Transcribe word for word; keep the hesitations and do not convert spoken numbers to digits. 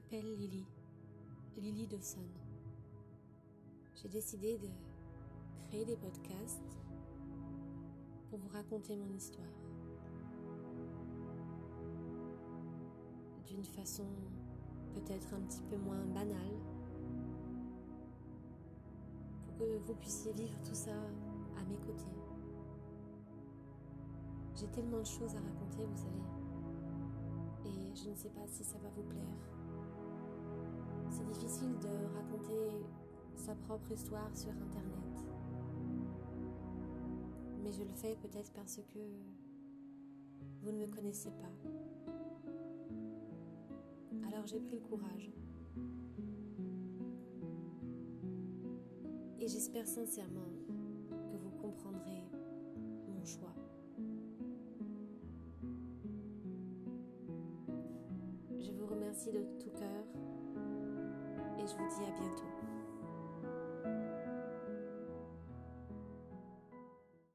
m'appelle Lily, Lily Dawson. J'ai décidé de créer des podcasts pour vous raconter mon histoire. D'une façon peut-être un petit peu moins banale, pour que vous puissiez vivre tout ça à mes côtés. J'ai tellement de choses à raconter, vous savez, et je ne sais pas si ça va vous plaire. C'est difficile de raconter sa propre histoire sur Internet, mais je le fais peut-être parce que vous ne me connaissez pas. Alors j'ai pris le courage. Et j'espère sincèrement que vous comprendrez mon choix. Je vous remercie de tout cœur et je vous dis à bientôt.